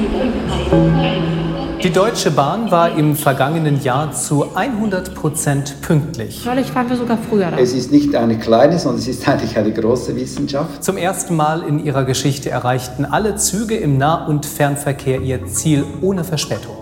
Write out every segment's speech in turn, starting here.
Die Deutsche Bahn war im vergangenen Jahr zu 100% pünktlich. Neulich waren wir sogar früher da. Es ist nicht eine kleine, sondern es ist eigentlich eine große Wissenschaft. Zum ersten Mal in ihrer Geschichte erreichten alle Züge im Nah- und Fernverkehr ihr Ziel ohne Verspätung.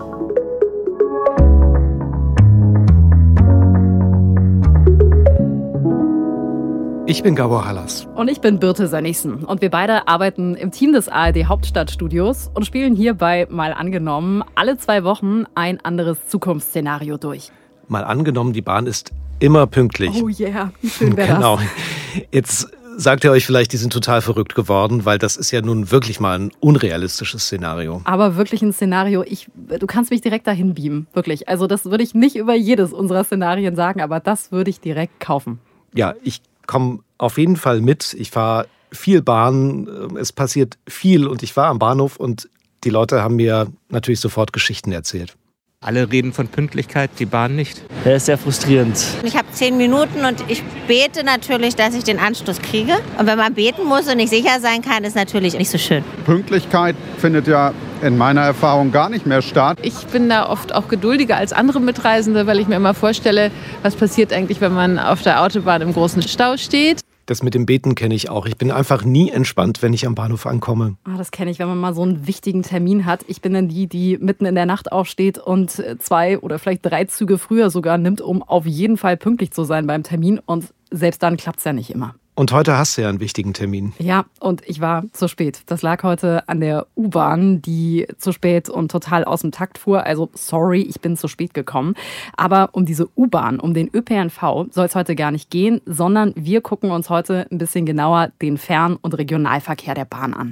Ich bin Gabor Hallas. Und ich bin Birte Sönnigsen. Und wir beide arbeiten im Team des ARD Hauptstadtstudios und spielen hierbei mal angenommen alle 2 Wochen ein anderes Zukunftsszenario durch. Mal angenommen, die Bahn ist immer pünktlich. Oh yeah, wie schön wäre das. Genau. Jetzt sagt ihr euch vielleicht, die sind total verrückt geworden, weil das ist ja nun wirklich mal ein unrealistisches Szenario. Aber wirklich ein Szenario, du kannst mich direkt dahin beamen, wirklich. Also das würde ich nicht über jedes unserer Szenarien sagen, aber das würde ich direkt kaufen. Ja, ich komme auf jeden Fall mit. Ich fahre viel Bahn, es passiert viel und ich war am Bahnhof und die Leute haben mir natürlich sofort Geschichten erzählt. Alle reden von Pünktlichkeit, die Bahn nicht. Das ist sehr frustrierend. Ich habe 10 Minuten und ich bete natürlich, dass ich den Anschluss kriege. Und wenn man beten muss und nicht sicher sein kann, ist natürlich nicht so schön. Pünktlichkeit findet ja in meiner Erfahrung gar nicht mehr statt. Ich bin da oft auch geduldiger als andere Mitreisende, weil ich mir immer vorstelle, was passiert eigentlich, wenn man auf der Autobahn im großen Stau steht. Das mit dem Beten kenne ich auch. Ich bin einfach nie entspannt, wenn ich am Bahnhof ankomme. Das kenne ich, wenn man mal so einen wichtigen Termin hat. Ich bin dann die mitten in der Nacht aufsteht und 2 oder vielleicht 3 Züge früher sogar nimmt, um auf jeden Fall pünktlich zu sein beim Termin. Und selbst dann klappt es ja nicht immer. Und heute hast du ja einen wichtigen Termin. Ja, und ich war zu spät. Das lag heute an der U-Bahn, die zu spät und total aus dem Takt fuhr. Also sorry, ich bin zu spät gekommen. Aber um diese U-Bahn, um den ÖPNV soll es heute gar nicht gehen, sondern wir gucken uns heute ein bisschen genauer den Fern- und Regionalverkehr der Bahn an.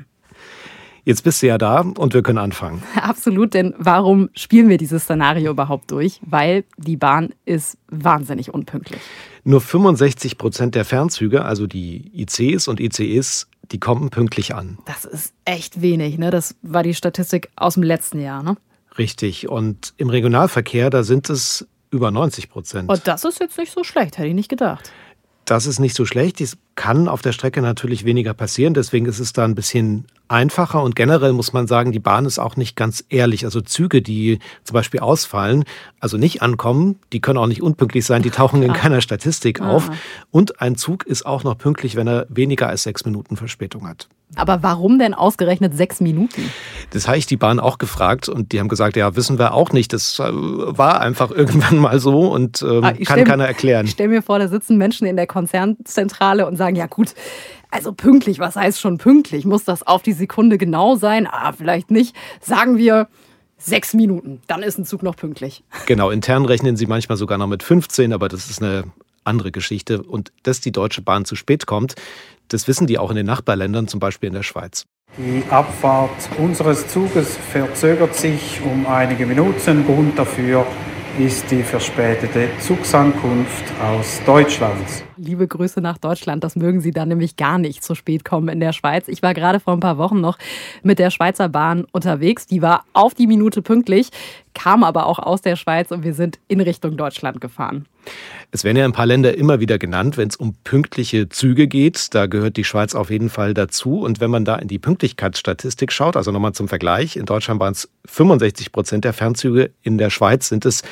Jetzt bist du ja da und wir können anfangen. Absolut, denn warum spielen wir dieses Szenario überhaupt durch? Weil die Bahn ist wahnsinnig unpünktlich. Nur 65% der Fernzüge, also die ICs und ICEs, die kommen pünktlich an. Das ist echt wenig, ne? Das war die Statistik aus dem letzten Jahr, ne? Richtig. Und im Regionalverkehr, da sind es über 90%. Und das ist jetzt nicht so schlecht, hätte ich nicht gedacht. Das ist nicht so schlecht. Es kann auf der Strecke natürlich weniger passieren. Deswegen ist es da ein bisschen einfacher. Und generell muss man sagen, die Bahn ist auch nicht ganz ehrlich. Also Züge, die zum Beispiel ausfallen, also nicht ankommen, die können auch nicht unpünktlich sein. Die tauchen in keiner Statistik auf. Und ein Zug ist auch noch pünktlich, wenn er weniger als 6 Minuten Verspätung hat. Aber warum denn ausgerechnet 6 Minuten? Das habe ich die Bahn auch gefragt und die haben gesagt, ja, wissen wir auch nicht. Das war einfach irgendwann mal so und kann keiner erklären. Ich stelle mir vor, da sitzen Menschen in der Konzernzentrale und sagen, ja gut, also pünktlich, was heißt schon pünktlich? Muss das auf die Sekunde genau sein? Vielleicht nicht. Sagen wir 6 Minuten, dann ist ein Zug noch pünktlich. Genau, intern rechnen sie manchmal sogar noch mit 15, aber das ist eine andere Geschichte. Und dass die Deutsche Bahn zu spät kommt, das wissen die auch in den Nachbarländern, zum Beispiel in der Schweiz. Die Abfahrt unseres Zuges verzögert sich um einige Minuten. Grund dafür ist die verspätete Zugsankunft aus Deutschland. Liebe Grüße nach Deutschland, das mögen Sie dann nämlich gar nicht zu spät kommen in der Schweiz. Ich war gerade vor ein paar Wochen noch mit der Schweizer Bahn unterwegs. Die war auf die Minute pünktlich, kam aber auch aus der Schweiz und wir sind in Richtung Deutschland gefahren. Es werden ja ein paar Länder immer wieder genannt, wenn es um pünktliche Züge geht. Da gehört die Schweiz auf jeden Fall dazu. Und wenn man da in die Pünktlichkeitsstatistik schaut, also nochmal zum Vergleich, in Deutschland waren es 65% der Fernzüge, in der Schweiz sind es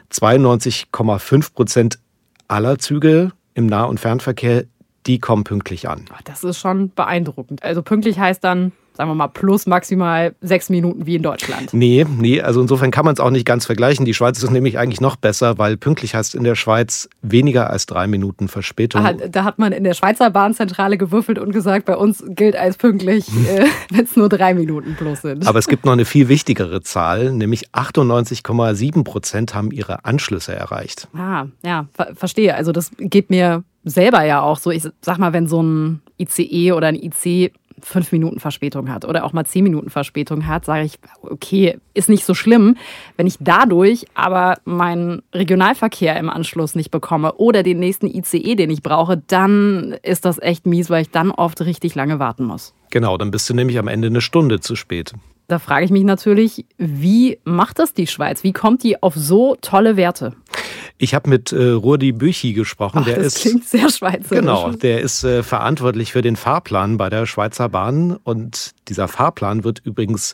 92,5% aller Züge im Nah- und Fernverkehr, die kommen pünktlich an. Das ist schon beeindruckend. Also pünktlich heißt dann, sagen wir mal, plus maximal 6 Minuten wie in Deutschland. Nee, also insofern kann man es auch nicht ganz vergleichen. Die Schweiz ist nämlich eigentlich noch besser, weil pünktlich heißt in der Schweiz weniger als 3 Minuten Verspätung. Da hat man in der Schweizer Bahnzentrale gewürfelt und gesagt, bei uns gilt als pünktlich, wenn es nur 3 Minuten plus sind. Aber es gibt noch eine viel wichtigere Zahl, nämlich 98,7% haben ihre Anschlüsse erreicht. Ja, verstehe. Also das geht mir selber ja auch so. Ich sag mal, wenn so ein ICE oder ein IC 5 Minuten Verspätung hat oder auch mal 10 Minuten Verspätung hat, sage ich, okay, ist nicht so schlimm. Wenn ich dadurch aber meinen Regionalverkehr im Anschluss nicht bekomme oder den nächsten ICE, den ich brauche, dann ist das echt mies, weil ich dann oft richtig lange warten muss. Genau, dann bist du nämlich am Ende eine Stunde zu spät. Da frage ich mich natürlich, wie macht das die Schweiz? Wie kommt die auf so tolle Werte? Ich habe mit Rudi Büchi gesprochen. Das klingt sehr schweizerisch. Genau, der ist verantwortlich für den Fahrplan bei der Schweizer Bahn. Und dieser Fahrplan wird übrigens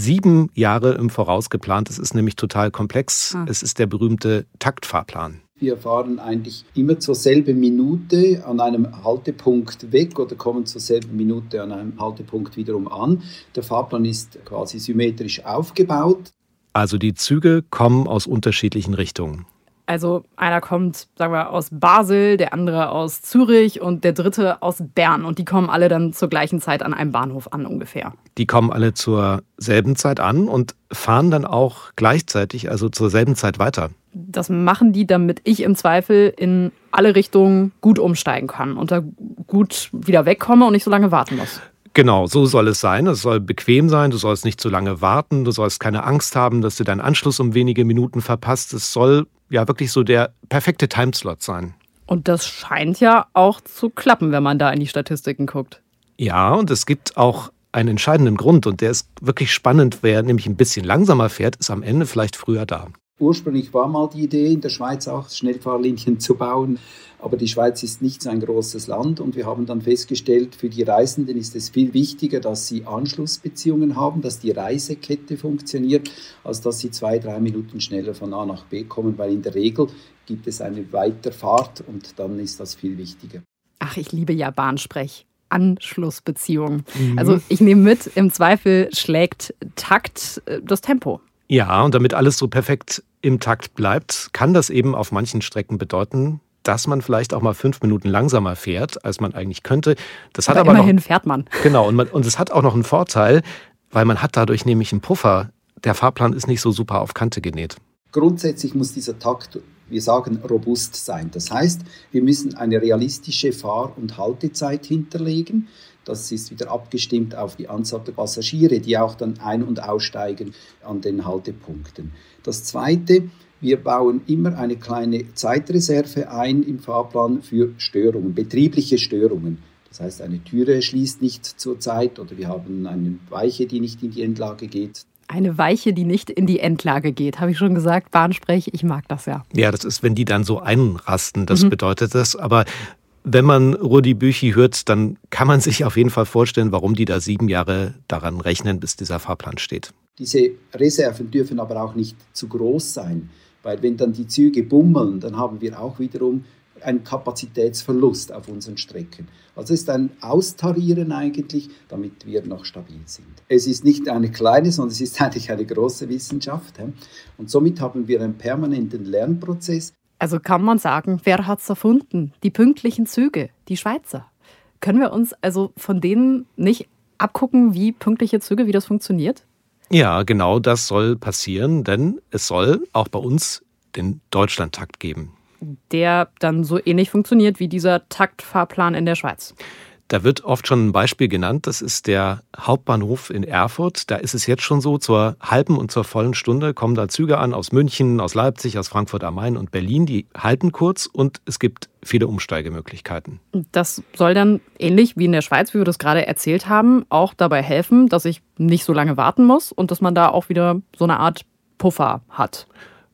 7 Jahre im Voraus geplant. Es ist nämlich total komplex. Es ist der berühmte Taktfahrplan. Wir fahren eigentlich immer zur selben Minute an einem Haltepunkt weg oder kommen zur selben Minute an einem Haltepunkt wiederum an. Der Fahrplan ist quasi symmetrisch aufgebaut. Also die Züge kommen aus unterschiedlichen Richtungen. Also einer kommt, sagen wir, aus Basel, der andere aus Zürich und der dritte aus Bern. Und die kommen alle dann zur gleichen Zeit an einem Bahnhof an ungefähr. Die kommen alle zur selben Zeit an und fahren dann auch gleichzeitig, also zur selben Zeit weiter. Das machen die, damit ich im Zweifel in alle Richtungen gut umsteigen kann und da gut wieder wegkomme und nicht so lange warten muss. Genau, so soll es sein. Es soll bequem sein, du sollst nicht zu lange warten, du sollst keine Angst haben, dass du deinen Anschluss um wenige Minuten verpasst. Es soll ja wirklich so der perfekte Timeslot sein. Und das scheint ja auch zu klappen, wenn man da in die Statistiken guckt. Ja, und es gibt auch einen entscheidenden Grund und der ist wirklich spannend. Wer nämlich ein bisschen langsamer fährt, ist am Ende vielleicht früher da. Ursprünglich war mal die Idee, in der Schweiz auch Schnellfahrlinien zu bauen. Aber die Schweiz ist nicht so ein großes Land und wir haben dann festgestellt, für die Reisenden ist es viel wichtiger, dass sie Anschlussbeziehungen haben, dass die Reisekette funktioniert, als dass sie 2-3 Minuten schneller von A nach B kommen, weil in der Regel gibt es eine Weiterfahrt und dann ist das viel wichtiger. Ach, ich liebe ja Bahnsprech. Anschlussbeziehungen. Also ich nehme mit, im Zweifel schlägt Takt das Tempo. Ja, und damit alles so perfekt im Takt bleibt, kann das eben auf manchen Strecken bedeuten, dass man vielleicht auch mal 5 Minuten langsamer fährt, als man eigentlich könnte. Das hat aber immerhin fährt man. Genau, und es hat auch noch einen Vorteil, weil man hat dadurch nämlich einen Puffer. Der Fahrplan ist nicht so super auf Kante genäht. Grundsätzlich muss dieser Takt, wir sagen, robust sein. Das heißt, wir müssen eine realistische Fahr- und Haltezeit hinterlegen. Das ist wieder abgestimmt auf die Anzahl der Passagiere, die auch dann ein- und aussteigen an den Haltepunkten. Das Zweite, wir bauen immer eine kleine Zeitreserve ein im Fahrplan für Störungen, betriebliche Störungen. Das heißt, eine Türe schließt nicht zur Zeit oder wir haben eine Weiche, die nicht in die Endlage geht. Eine Weiche, die nicht in die Endlage geht, habe ich schon gesagt. Bahnsprech, ich mag das ja. Ja, das ist, wenn die dann so einrasten, das bedeutet das. Aber wenn man Rudi Büchi hört, dann kann man sich auf jeden Fall vorstellen, warum die da 7 Jahre daran rechnen, bis dieser Fahrplan steht. Diese Reserven dürfen aber auch nicht zu groß sein, weil wenn dann die Züge bummeln, dann haben wir auch wiederum einen Kapazitätsverlust auf unseren Strecken. Also es ist ein Austarieren eigentlich, damit wir noch stabil sind. Es ist nicht eine kleine, sondern es ist eigentlich eine große Wissenschaft. Und somit haben wir einen permanenten Lernprozess. Also kann man sagen, wer hat es erfunden? Die pünktlichen Züge, die Schweizer. Können wir uns also von denen nicht abgucken, wie pünktliche Züge, wie das funktioniert? Ja, genau das soll passieren, denn es soll auch bei uns den Deutschlandtakt geben. Der dann so ähnlich funktioniert wie dieser Taktfahrplan in der Schweiz. Da wird oft schon ein Beispiel genannt, das ist der Hauptbahnhof in Erfurt. Da ist es jetzt schon so, zur halben und zur vollen Stunde kommen da Züge an aus München, aus Leipzig, aus Frankfurt am Main und Berlin. Die halten kurz und es gibt viele Umsteigemöglichkeiten. Das soll dann ähnlich wie in der Schweiz, wie wir das gerade erzählt haben, auch dabei helfen, dass ich nicht so lange warten muss und dass man da auch wieder so eine Art Puffer hat.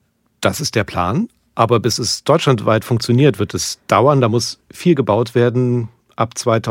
Das ist der Plan, aber bis es deutschlandweit funktioniert, wird es dauern. Da muss viel gebaut werden. Ab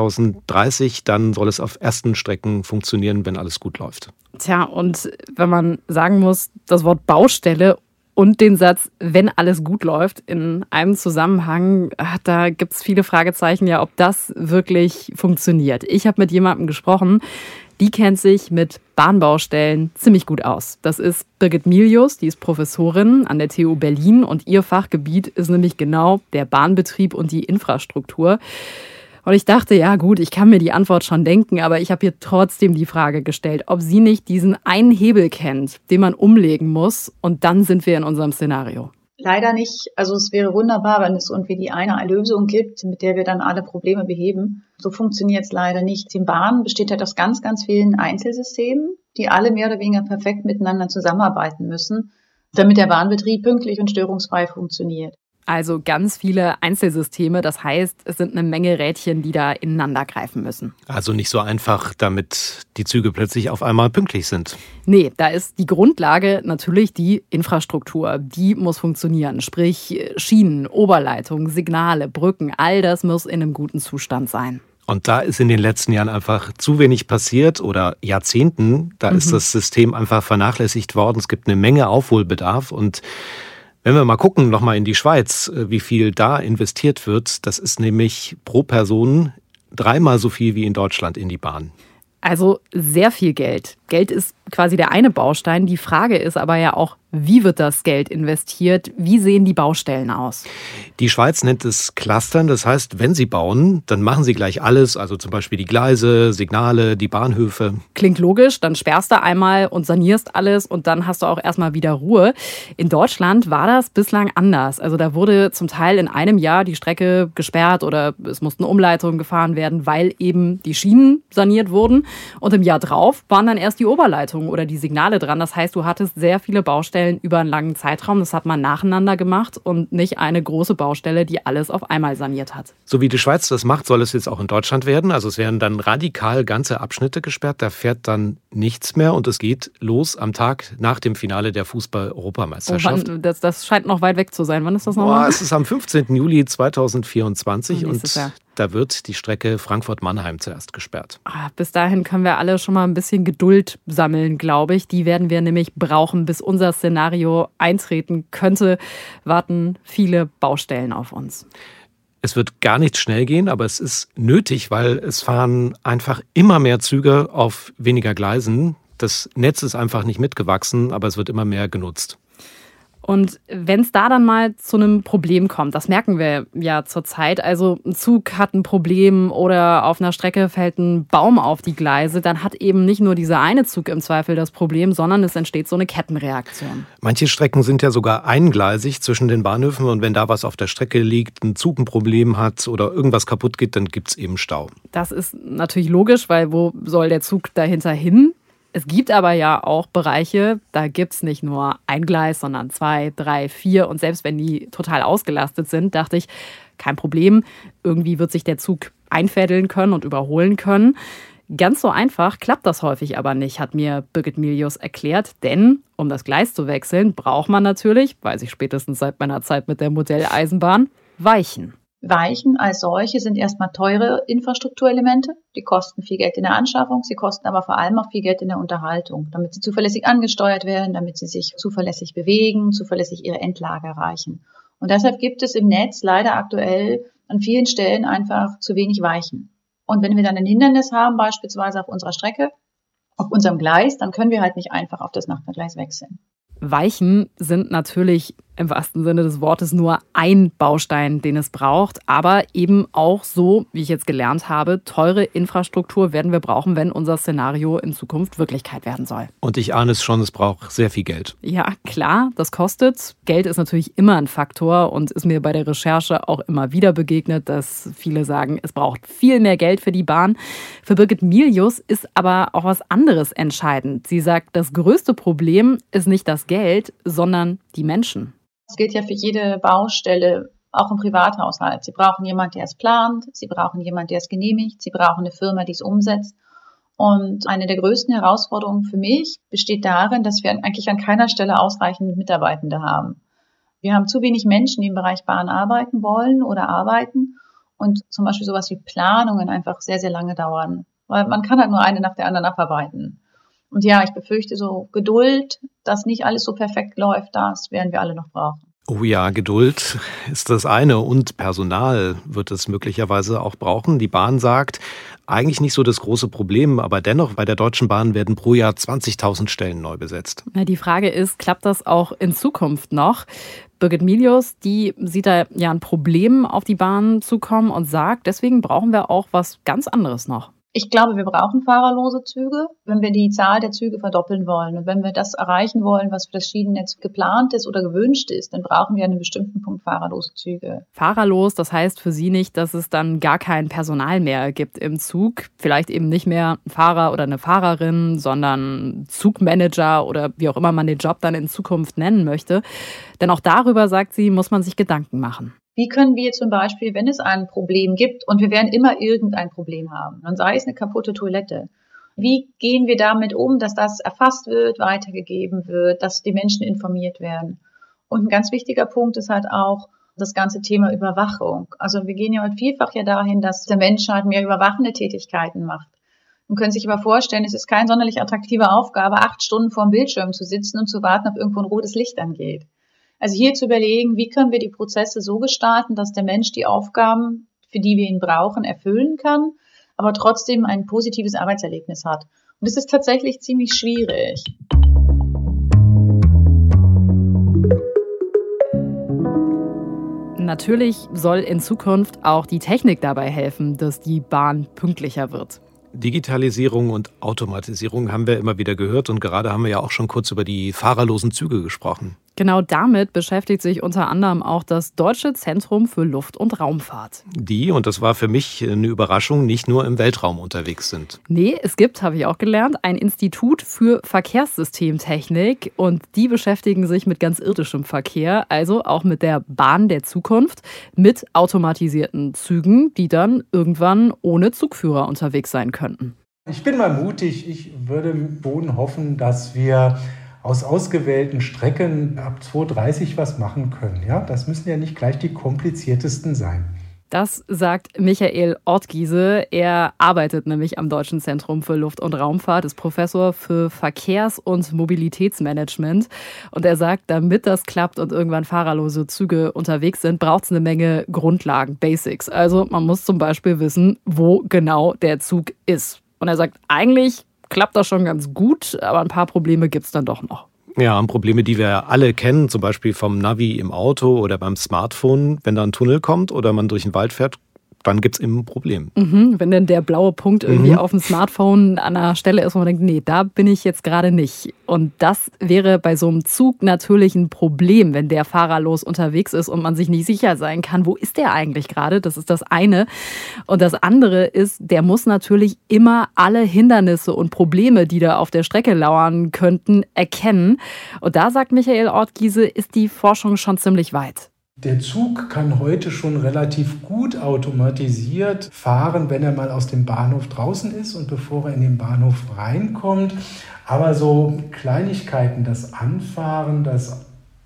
2030, dann soll es auf ersten Strecken funktionieren, wenn alles gut läuft. Tja, und wenn man sagen muss, das Wort Baustelle und den Satz, wenn alles gut läuft, in einem Zusammenhang, da gibt es viele Fragezeichen, ja, ob das wirklich funktioniert. Ich habe mit jemandem gesprochen, die kennt sich mit Bahnbaustellen ziemlich gut aus. Das ist Birgit Milius, die ist Professorin an der TU Berlin und ihr Fachgebiet ist nämlich genau der Bahnbetrieb und die Infrastruktur. Und ich dachte, ja gut, ich kann mir die Antwort schon denken, aber ich habe ihr trotzdem die Frage gestellt, ob sie nicht diesen einen Hebel kennt, den man umlegen muss. Und dann sind wir in unserem Szenario. Leider nicht. Also es wäre wunderbar, wenn es irgendwie die eine Lösung gibt, mit der wir dann alle Probleme beheben. So funktioniert es leider nicht. Die Bahn besteht halt aus ganz, ganz vielen Einzelsystemen, die alle mehr oder weniger perfekt miteinander zusammenarbeiten müssen, damit der Bahnbetrieb pünktlich und störungsfrei funktioniert. Also ganz viele Einzelsysteme. Das heißt, es sind eine Menge Rädchen, die da ineinander greifen müssen. Also nicht so einfach, damit die Züge plötzlich auf einmal pünktlich sind. Nee, da ist die Grundlage natürlich die Infrastruktur. Die muss funktionieren. Sprich Schienen, Oberleitungen, Signale, Brücken. All das muss in einem guten Zustand sein. Und da ist in den letzten Jahren einfach zu wenig passiert oder Jahrzehnten. Da ist das System einfach vernachlässigt worden. Es gibt eine Menge Aufholbedarf. Und wenn wir mal gucken, nochmal in die Schweiz, wie viel da investiert wird, das ist nämlich pro Person 3-mal so viel wie in Deutschland in die Bahn. Also sehr viel Geld. Geld ist quasi der eine Baustein. Die Frage ist aber ja auch, wie wird das Geld investiert? Wie sehen die Baustellen aus? Die Schweiz nennt es Clustern. Das heißt, wenn sie bauen, dann machen sie gleich alles. Also zum Beispiel die Gleise, Signale, die Bahnhöfe. Klingt logisch. Dann sperrst du einmal und sanierst alles und dann hast du auch erstmal wieder Ruhe. In Deutschland war das bislang anders. Also da wurde zum Teil in einem Jahr die Strecke gesperrt oder es mussten Umleitungen gefahren werden, weil eben die Schienen saniert wurden. Und im Jahr drauf waren dann erst die Oberleitungen oder die Signale dran. Das heißt, du hattest sehr viele Baustellen über einen langen Zeitraum. Das hat man nacheinander gemacht und nicht eine große Baustelle, die alles auf einmal saniert hat. So wie die Schweiz das macht, soll es jetzt auch in Deutschland werden. Also es werden dann radikal ganze Abschnitte gesperrt. Da fährt dann nichts mehr und es geht los am Tag nach dem Finale der Fußball-Europameisterschaft. Oh, das scheint noch weit weg zu sein. Wann ist das nochmal? Es ist am 15. Juli 2024 Nächstes Jahr. Da wird die Strecke Frankfurt-Mannheim zuerst gesperrt. Bis dahin können wir alle schon mal ein bisschen Geduld sammeln, glaube ich. Die werden wir nämlich brauchen, bis unser Szenario eintreten könnte. Warten viele Baustellen auf uns. Es wird gar nicht schnell gehen, aber es ist nötig, weil es fahren einfach immer mehr Züge auf weniger Gleisen. Das Netz ist einfach nicht mitgewachsen, aber es wird immer mehr genutzt. Und wenn es da dann mal zu einem Problem kommt, das merken wir ja zurzeit, also ein Zug hat ein Problem oder auf einer Strecke fällt ein Baum auf die Gleise, dann hat eben nicht nur dieser eine Zug im Zweifel das Problem, sondern es entsteht so eine Kettenreaktion. Manche Strecken sind ja sogar eingleisig zwischen den Bahnhöfen und wenn da was auf der Strecke liegt, ein Zug ein Problem hat oder irgendwas kaputt geht, dann gibt es eben Stau. Das ist natürlich logisch, weil wo soll der Zug dahinter hin? Es gibt aber ja auch Bereiche, da gibt es nicht nur ein Gleis, sondern 2, 3, 4. Und selbst wenn die total ausgelastet sind, dachte ich, kein Problem. Irgendwie wird sich der Zug einfädeln können und überholen können. Ganz so einfach klappt das häufig aber nicht, hat mir Birgit Milius erklärt. Denn um das Gleis zu wechseln, braucht man natürlich, weiß ich spätestens seit meiner Zeit mit der Modelleisenbahn, Weichen. Weichen als solche sind erstmal teure Infrastrukturelemente. Die kosten viel Geld in der Anschaffung, sie kosten aber vor allem auch viel Geld in der Unterhaltung, damit sie zuverlässig angesteuert werden, damit sie sich zuverlässig bewegen, zuverlässig ihre Endlager erreichen. Und deshalb gibt es im Netz leider aktuell an vielen Stellen einfach zu wenig Weichen. Und wenn wir dann ein Hindernis haben, beispielsweise auf unserer Strecke, auf unserem Gleis, dann können wir halt nicht einfach auf das Nachbargleis wechseln. Weichen sind natürlich im wahrsten Sinne des Wortes nur ein Baustein, den es braucht, aber eben auch so, wie ich jetzt gelernt habe, teure Infrastruktur werden wir brauchen, wenn unser Szenario in Zukunft Wirklichkeit werden soll. Und ich ahne es schon, es braucht sehr viel Geld. Ja, klar, das kostet. Geld ist natürlich immer ein Faktor und ist mir bei der Recherche auch immer wieder begegnet, dass viele sagen, es braucht viel mehr Geld für die Bahn. Für Birgit Milius ist aber auch was anderes entscheidend. Sie sagt, das größte Problem ist nicht das Geld, sondern die Menschen. Das gilt ja für jede Baustelle, auch im Privathaushalt. Sie brauchen jemanden, der es plant, sie brauchen jemanden, der es genehmigt, sie brauchen eine Firma, die es umsetzt. Und eine der größten Herausforderungen für mich besteht darin, dass wir eigentlich an keiner Stelle ausreichend Mitarbeitende haben. Wir haben zu wenig Menschen, die im Bereich Bahn arbeiten wollen oder arbeiten und zum Beispiel sowas wie Planungen einfach sehr, sehr lange dauern. Weil man kann halt nur eine nach der anderen abarbeiten. Und ja, ich befürchte so Geduld, dass nicht alles so perfekt läuft, das werden wir alle noch brauchen. Oh ja, Geduld ist das eine und Personal wird es möglicherweise auch brauchen. Die Bahn sagt, eigentlich nicht so das große Problem, aber dennoch bei der Deutschen Bahn werden pro Jahr 20.000 Stellen neu besetzt. Die Frage ist, klappt das auch in Zukunft noch? Birgit Milius, die sieht da ja ein Problem auf die Bahn zukommen und sagt, deswegen brauchen wir auch was ganz anderes noch. Ich glaube, wir brauchen fahrerlose Züge, wenn wir die Zahl der Züge verdoppeln wollen. Und wenn wir das erreichen wollen, was für das Schienennetz geplant ist oder gewünscht ist, dann brauchen wir an einem bestimmten Punkt fahrerlose Züge. Fahrerlos, das heißt für Sie nicht, dass es dann gar kein Personal mehr gibt im Zug. Vielleicht eben nicht mehr ein Fahrer oder eine Fahrerin, sondern Zugmanager oder wie auch immer man den Job dann in Zukunft nennen möchte. Denn auch darüber, sagt sie, muss man sich Gedanken machen. Wie können wir zum Beispiel, wenn es ein Problem gibt, und wir werden immer irgendein Problem haben, dann sei es eine kaputte Toilette, wie gehen wir damit um, dass das erfasst wird, weitergegeben wird, dass die Menschen informiert werden? Und ein ganz wichtiger Punkt ist halt auch das ganze Thema Überwachung. Also wir gehen ja heute vielfach dahin, dass der Mensch halt mehr überwachende Tätigkeiten macht. Man kann sich aber vorstellen, es ist keine sonderlich attraktive Aufgabe, 8 Stunden vor dem Bildschirm zu sitzen und zu warten, ob irgendwo ein rotes Licht angeht. Also hier zu überlegen, wie können wir die Prozesse so gestalten, dass der Mensch die Aufgaben, für die wir ihn brauchen, erfüllen kann, aber trotzdem ein positives Arbeitserlebnis hat. Und das ist tatsächlich ziemlich schwierig. Natürlich soll in Zukunft auch die Technik dabei helfen, dass die Bahn pünktlicher wird. Digitalisierung und Automatisierung haben wir immer wieder gehört und gerade haben wir ja auch schon kurz über die fahrerlosen Züge gesprochen. Genau damit beschäftigt sich unter anderem auch das Deutsche Zentrum für Luft- und Raumfahrt. Die, und das war für mich eine Überraschung, nicht nur im Weltraum unterwegs sind. Nee, es gibt, habe ich auch gelernt, ein Institut für Verkehrssystemtechnik und die beschäftigen sich mit ganz irdischem Verkehr, also auch mit der Bahn der Zukunft, mit automatisierten Zügen, die dann irgendwann ohne Zugführer unterwegs sein könnten. Ich bin mal mutig, ich würde schon hoffen, dass wir aus ausgewählten Strecken ab 2030 was machen können. Ja, das müssen ja nicht gleich die kompliziertesten sein. Das sagt Michael Ortgiese. Er arbeitet nämlich am Deutschen Zentrum für Luft- und Raumfahrt, ist Professor für Verkehrs- und Mobilitätsmanagement. Und er sagt, damit das klappt und irgendwann fahrerlose Züge unterwegs sind, braucht es eine Menge Grundlagen, Basics. Also man muss zum Beispiel wissen, wo genau der Zug ist. Und er sagt, eigentlich klappt das schon ganz gut, aber ein paar Probleme gibt es dann doch noch. Ja, Probleme, die wir alle kennen, zum Beispiel vom Navi im Auto oder beim Smartphone. Wenn da ein Tunnel kommt oder man durch den Wald fährt, dann gibt es eben ein Problem. Wenn denn der blaue Punkt irgendwie auf dem Smartphone an einer Stelle ist, wo man denkt, nee, da bin ich jetzt gerade nicht. Und das wäre bei so einem Zug natürlich ein Problem, wenn der fahrerlos unterwegs ist und man sich nicht sicher sein kann, wo ist der eigentlich gerade? Das ist das eine. Und das andere ist, der muss natürlich immer alle Hindernisse und Probleme, die da auf der Strecke lauern könnten, erkennen. Und da sagt Michael Ortgiese, ist die Forschung schon ziemlich weit. Der Zug kann heute schon relativ gut automatisiert fahren, wenn er mal aus dem Bahnhof draußen ist und bevor er in den Bahnhof reinkommt. Aber so Kleinigkeiten, das Anfahren, das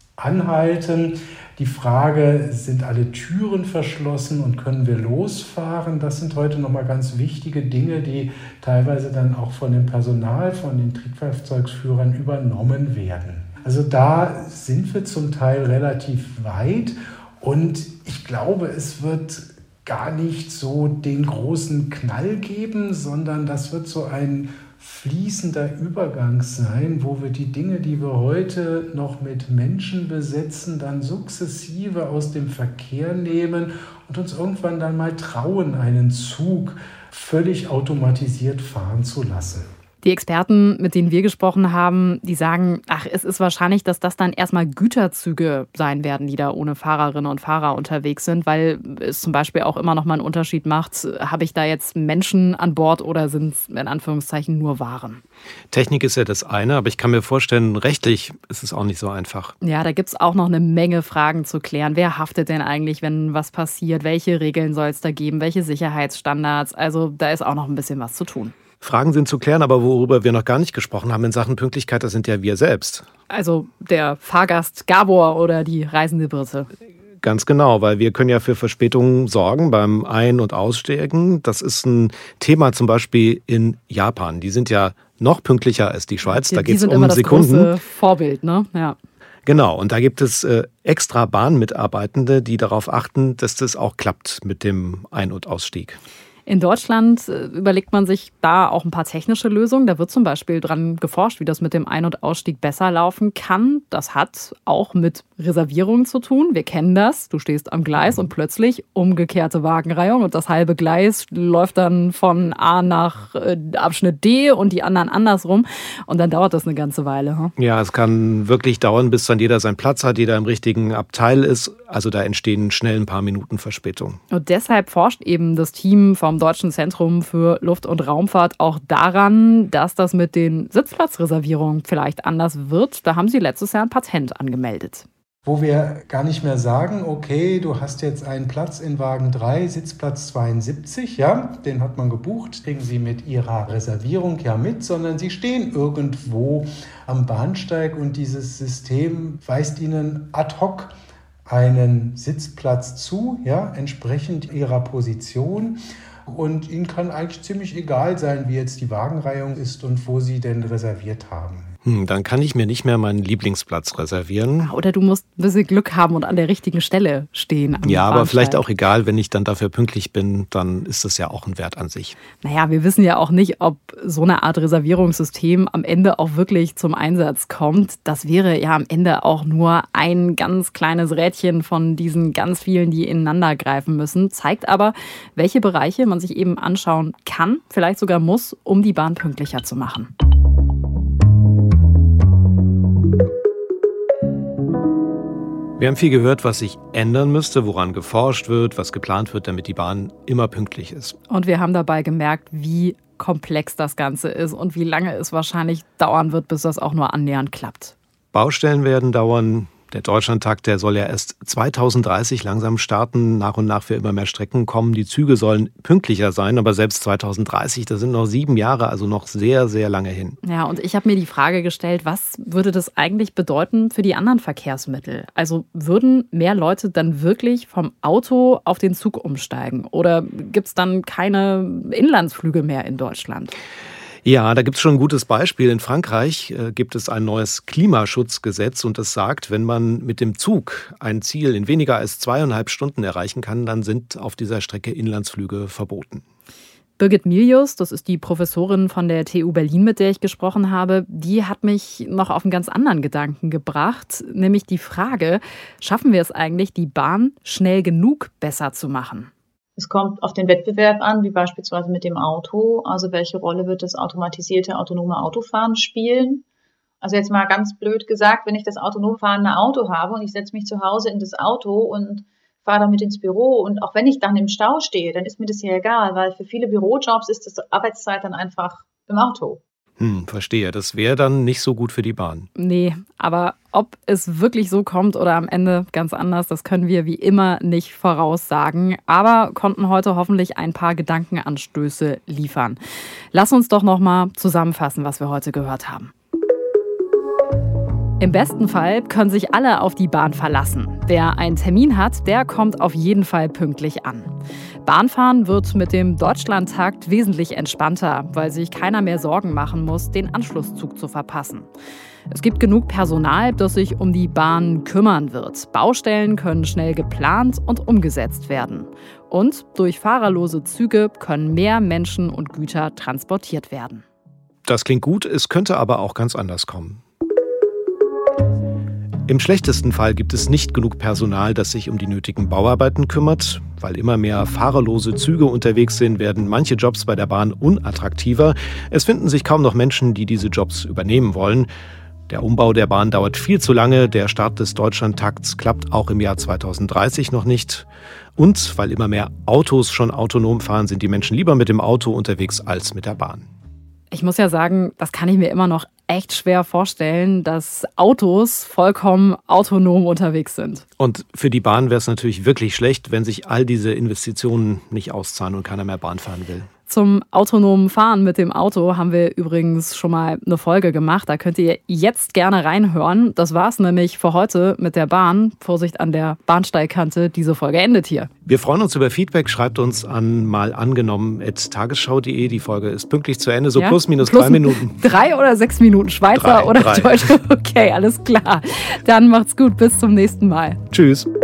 Anhalten, die Frage, sind alle Türen verschlossen und können wir losfahren? Das sind heute nochmal ganz wichtige Dinge, die teilweise dann auch von dem Personal, von den Triebfahrzeugsführern übernommen werden. Also da sind wir zum Teil relativ weit und ich glaube, es wird gar nicht so den großen Knall geben, sondern das wird so ein fließender Übergang sein, wo wir die Dinge, die wir heute noch mit Menschen besetzen, dann sukzessive aus dem Verkehr nehmen und uns irgendwann dann mal trauen, einen Zug völlig automatisiert fahren zu lassen. Die Experten, mit denen wir gesprochen haben, die sagen, es ist wahrscheinlich, dass das dann erstmal Güterzüge sein werden, die da ohne Fahrerinnen und Fahrer unterwegs sind, weil es zum Beispiel auch immer noch mal einen Unterschied macht, habe ich da jetzt Menschen an Bord oder sind es in Anführungszeichen nur Waren? Technik ist ja das eine, aber ich kann mir vorstellen, rechtlich ist es auch nicht so einfach. Ja, da gibt es auch noch eine Menge Fragen zu klären. Wer haftet denn eigentlich, wenn was passiert? Welche Regeln soll es da geben? Welche Sicherheitsstandards? Also da ist auch noch ein bisschen was zu tun. Fragen sind zu klären, aber worüber wir noch gar nicht gesprochen haben in Sachen Pünktlichkeit, das sind ja wir selbst. Also der Fahrgast Gabor oder die reisende Birte. Ganz genau, weil wir können ja für Verspätungen sorgen beim Ein- und Aussteigen. Das ist ein Thema zum Beispiel in Japan. Die sind ja noch pünktlicher als die Schweiz. Da geht es um Sekunden. Die sind immer das große Vorbild, ne? Ja. Genau, und da gibt es extra Bahnmitarbeitende, die darauf achten, dass das auch klappt mit dem Ein- und Ausstieg. In Deutschland überlegt man sich da auch ein paar technische Lösungen. Da wird zum Beispiel dran geforscht, wie das mit dem Ein- und Ausstieg besser laufen kann. Das hat auch mit Reservierungen zu tun. Wir kennen das. Du stehst am Gleis und plötzlich umgekehrte Wagenreihung und das halbe Gleis läuft dann von A nach Abschnitt D und die anderen andersrum. Und dann dauert das eine ganze Weile. Ja, es kann wirklich dauern, bis dann jeder seinen Platz hat, jeder im richtigen Abteil ist. Also da entstehen schnell ein paar Minuten Verspätung. Und deshalb forscht eben das Team vom Deutschen Zentrum für Luft- und Raumfahrt auch daran, dass das mit den Sitzplatzreservierungen vielleicht anders wird. Da haben sie letztes Jahr ein Patent angemeldet. Wo wir gar nicht mehr sagen, okay, du hast jetzt einen Platz in Wagen 3, Sitzplatz 72, ja, den hat man gebucht, kriegen Sie mit Ihrer Reservierung ja mit, sondern Sie stehen irgendwo am Bahnsteig und dieses System weist Ihnen ad hoc einen Sitzplatz zu, ja, entsprechend Ihrer Position. Und Ihnen kann eigentlich ziemlich egal sein, wie jetzt die Wagenreihung ist und wo Sie denn reserviert haben. Dann kann ich mir nicht mehr meinen Lieblingsplatz reservieren. Oder du musst ein bisschen Glück haben und an der richtigen Stelle stehen. Ja, aber vielleicht auch egal, wenn ich dann dafür pünktlich bin, dann ist das ja auch ein Wert an sich. Naja, wir wissen ja auch nicht, ob so eine Art Reservierungssystem am Ende auch wirklich zum Einsatz kommt. Das wäre ja am Ende auch nur ein ganz kleines Rädchen von diesen ganz vielen, die ineinander greifen müssen. Zeigt aber, welche Bereiche man sich eben anschauen kann, vielleicht sogar muss, um die Bahn pünktlicher zu machen. Wir haben viel gehört, was sich ändern müsste, woran geforscht wird, was geplant wird, damit die Bahn immer pünktlich ist. Und wir haben dabei gemerkt, wie komplex das Ganze ist und wie lange es wahrscheinlich dauern wird, bis das auch nur annähernd klappt. Baustellen werden dauern. Der Deutschlandtakt, der soll ja erst 2030 langsam starten. Nach und nach für immer mehr Strecken kommen. Die Züge sollen pünktlicher sein, aber selbst 2030, das sind noch 7 Jahre, also noch sehr, sehr lange hin. Ja, und ich habe mir die Frage gestellt, was würde das eigentlich bedeuten für die anderen Verkehrsmittel? Also würden mehr Leute dann wirklich vom Auto auf den Zug umsteigen? Oder gibt es dann keine Inlandsflüge mehr in Deutschland? Ja, da gibt es schon ein gutes Beispiel. In Frankreich gibt es ein neues Klimaschutzgesetz und das sagt, wenn man mit dem Zug ein Ziel in weniger als 2,5 Stunden erreichen kann, dann sind auf dieser Strecke Inlandsflüge verboten. Birgit Milius, das ist die Professorin von der TU Berlin, mit der ich gesprochen habe, die hat mich noch auf einen ganz anderen Gedanken gebracht, nämlich die Frage, schaffen wir es eigentlich, die Bahn schnell genug besser zu machen? Es kommt auf den Wettbewerb an, wie beispielsweise mit dem Auto. Also welche Rolle wird das automatisierte autonome Autofahren spielen? Also jetzt mal ganz blöd gesagt, wenn ich das autonom fahrende Auto habe und ich setze mich zu Hause in das Auto und fahre damit ins Büro und auch wenn ich dann im Stau stehe, dann ist mir das ja egal, weil für viele Bürojobs ist das Arbeitszeit dann einfach im Auto. Verstehe. Das wäre dann nicht so gut für die Bahn. Nee, aber ob es wirklich so kommt oder am Ende ganz anders, das können wir wie immer nicht voraussagen. Aber konnten heute hoffentlich ein paar Gedankenanstöße liefern. Lass uns doch noch mal zusammenfassen, was wir heute gehört haben. Im besten Fall können sich alle auf die Bahn verlassen. Wer einen Termin hat, der kommt auf jeden Fall pünktlich an. Bahnfahren wird mit dem Deutschlandtakt wesentlich entspannter, weil sich keiner mehr Sorgen machen muss, den Anschlusszug zu verpassen. Es gibt genug Personal, das sich um die Bahn kümmern wird. Baustellen können schnell geplant und umgesetzt werden. Und durch fahrerlose Züge können mehr Menschen und Güter transportiert werden. Das klingt gut, es könnte aber auch ganz anders kommen. Im schlechtesten Fall gibt es nicht genug Personal, das sich um die nötigen Bauarbeiten kümmert. Weil immer mehr fahrerlose Züge unterwegs sind, werden manche Jobs bei der Bahn unattraktiver. Es finden sich kaum noch Menschen, die diese Jobs übernehmen wollen. Der Umbau der Bahn dauert viel zu lange. Der Start des Deutschlandtakts klappt auch im Jahr 2030 noch nicht. Und weil immer mehr Autos schon autonom fahren, sind die Menschen lieber mit dem Auto unterwegs als mit der Bahn. Ich muss ja sagen, das kann ich mir immer noch echt schwer vorstellen, dass Autos vollkommen autonom unterwegs sind. Und für die Bahn wäre es natürlich wirklich schlecht, wenn sich all diese Investitionen nicht auszahlen und keiner mehr Bahn fahren will. Zum autonomen Fahren mit dem Auto haben wir übrigens schon mal eine Folge gemacht. Da könnt ihr jetzt gerne reinhören. Das war's nämlich für heute mit der Bahn. Vorsicht an der Bahnsteigkante, diese Folge endet hier. Wir freuen uns über Feedback. Schreibt uns an malangenommen@tagesschau.de. Die Folge ist pünktlich zu Ende, so plus minus 3 Minuten. 3 oder 6 Minuten, Schweizer oder Deutsch. Okay, alles klar. Dann macht's gut, bis zum nächsten Mal. Tschüss.